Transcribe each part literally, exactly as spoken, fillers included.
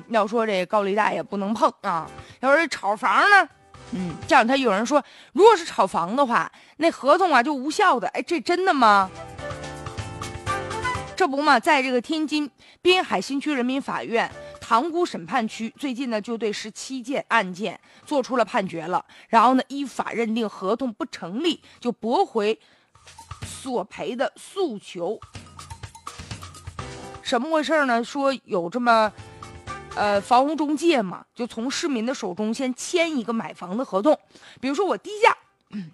要说这高利贷也不能碰啊。要说这炒房呢，嗯，这样他有人说，如果是炒房的话，那合同啊就无效的。哎，这真的吗？这不嘛，在这个天津滨海新区人民法院塘沽审判区，最近呢就对十七件案件做出了判决了，然后呢依法认定合同不成立，就驳回索赔的诉求。什么回事呢？说有这么呃房屋中介嘛，就从市民的手中先签一个买房的合同，比如说我低价。嗯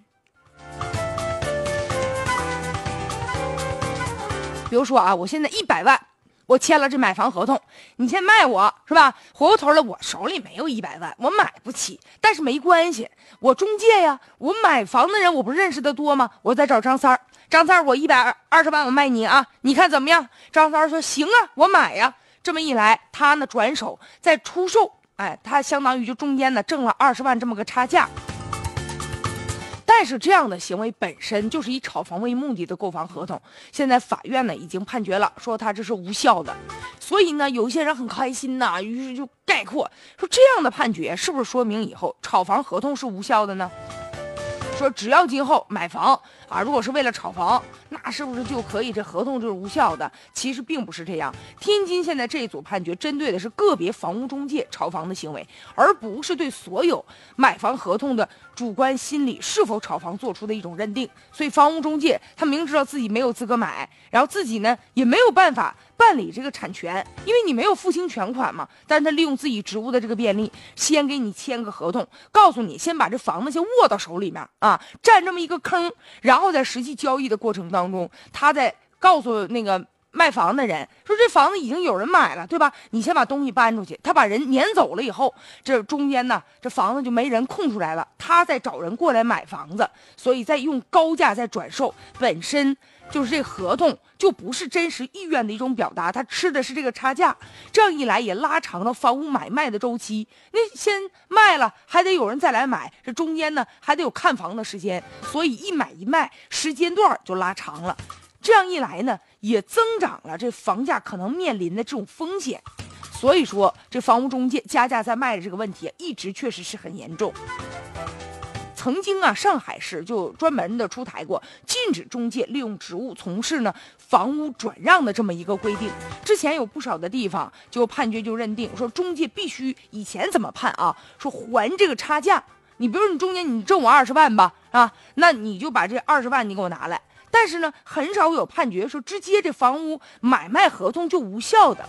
比如说啊，我现在一百万，我签了这买房合同，你先卖我是吧？回过头来我手里没有一百万，我买不起，但是没关系，我中介呀，我买房的人我不认识的多吗？我再找张三儿，张三儿我一百二十万我卖你啊，你看怎么样？张三儿说行啊，我买呀。这么一来，他呢转手再出售，哎，他相当于就中间呢挣了二十万这么个差价。但是这样的行为本身就是以炒房为目的的购房合同，现在法院呢已经判决了，说他这是无效的。所以呢，有一些人很开心呐，于是就概括说，这样的判决是不是说明以后炒房合同是无效的呢？说只要今后买房啊，如果是为了炒房，那是不是就可以这合同就是无效的？其实并不是这样。天津现在这一组判决针对的是个别房屋中介炒房的行为，而不是对所有买房合同的主观心理是否炒房做出的一种认定。所以房屋中介他明知道自己没有资格买，然后自己呢也没有办法办理这个产权，因为你没有付清全款嘛，但是他利用自己职务的这个便利，先给你签个合同，告诉你先把这房子先握到手里面啊，占这么一个坑，然后在实际交易的过程当中，他再告诉那个卖房的人说这房子已经有人买了，对吧？你先把东西搬出去，他把人撵走了以后，这中间呢这房子就没人空出来了，他再找人过来买房子，所以再用高价再转售，本身就是这合同就不是真实意愿的一种表达，他吃的是这个差价。这样一来也拉长了房屋买卖的周期，那先卖了还得有人再来买，这中间呢还得有看房的时间，所以一买一卖时间段就拉长了。这样一来呢也增长了这房价可能面临的这种风险。所以说这房屋中介加价再卖的这个问题一直确实是很严重。曾经啊，上海市就专门的出台过禁止中介利用职务从事呢房屋转让的这么一个规定。之前有不少的地方就判决就认定说，中介必须以前怎么判啊？说还这个差价。你比如你中间你挣我二十万吧，啊，那你就把这二十万你给我拿来。但是呢，很少有判决说直接这房屋买卖合同就无效的。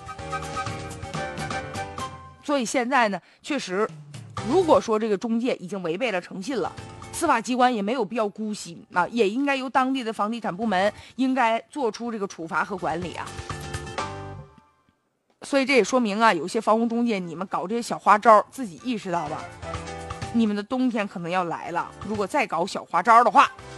所以现在呢，确实。如果说这个中介已经违背了诚信了，司法机关也没有必要姑息啊，也应该由当地的房地产部门应该做出这个处罚和管理啊。所以这也说明啊，有些房屋中介你们搞这些小花招，自己意识到吧，你们的冬天可能要来了。如果再搞小花招的话。